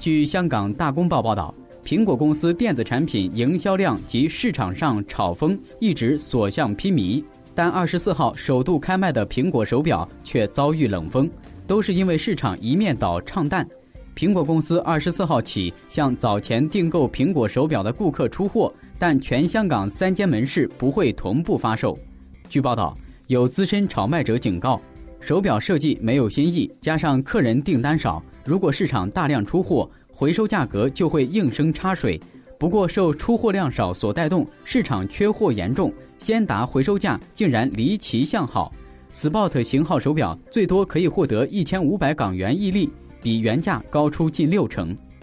据香港大公报报道，苹果公司电子产品营销量及市场上炒风一直所向披靡，但24号首度开卖的苹果手表却遭遇冷风，都是因为市场一面倒唱淡。苹果公司24号起向早前订购苹果手表的顾客出货，但全香港3间门市不会同步发售。据报道，有资深炒卖者警告，手表设计没有新意，加上客人订单少，如果市场大量出货，回收价格就会应声插水。不过受出货量少所带动，市场缺货严重，先达回收价竟然离奇向好。Sport 型号手表最多可以获得1500港元溢利，比原价高出近60%。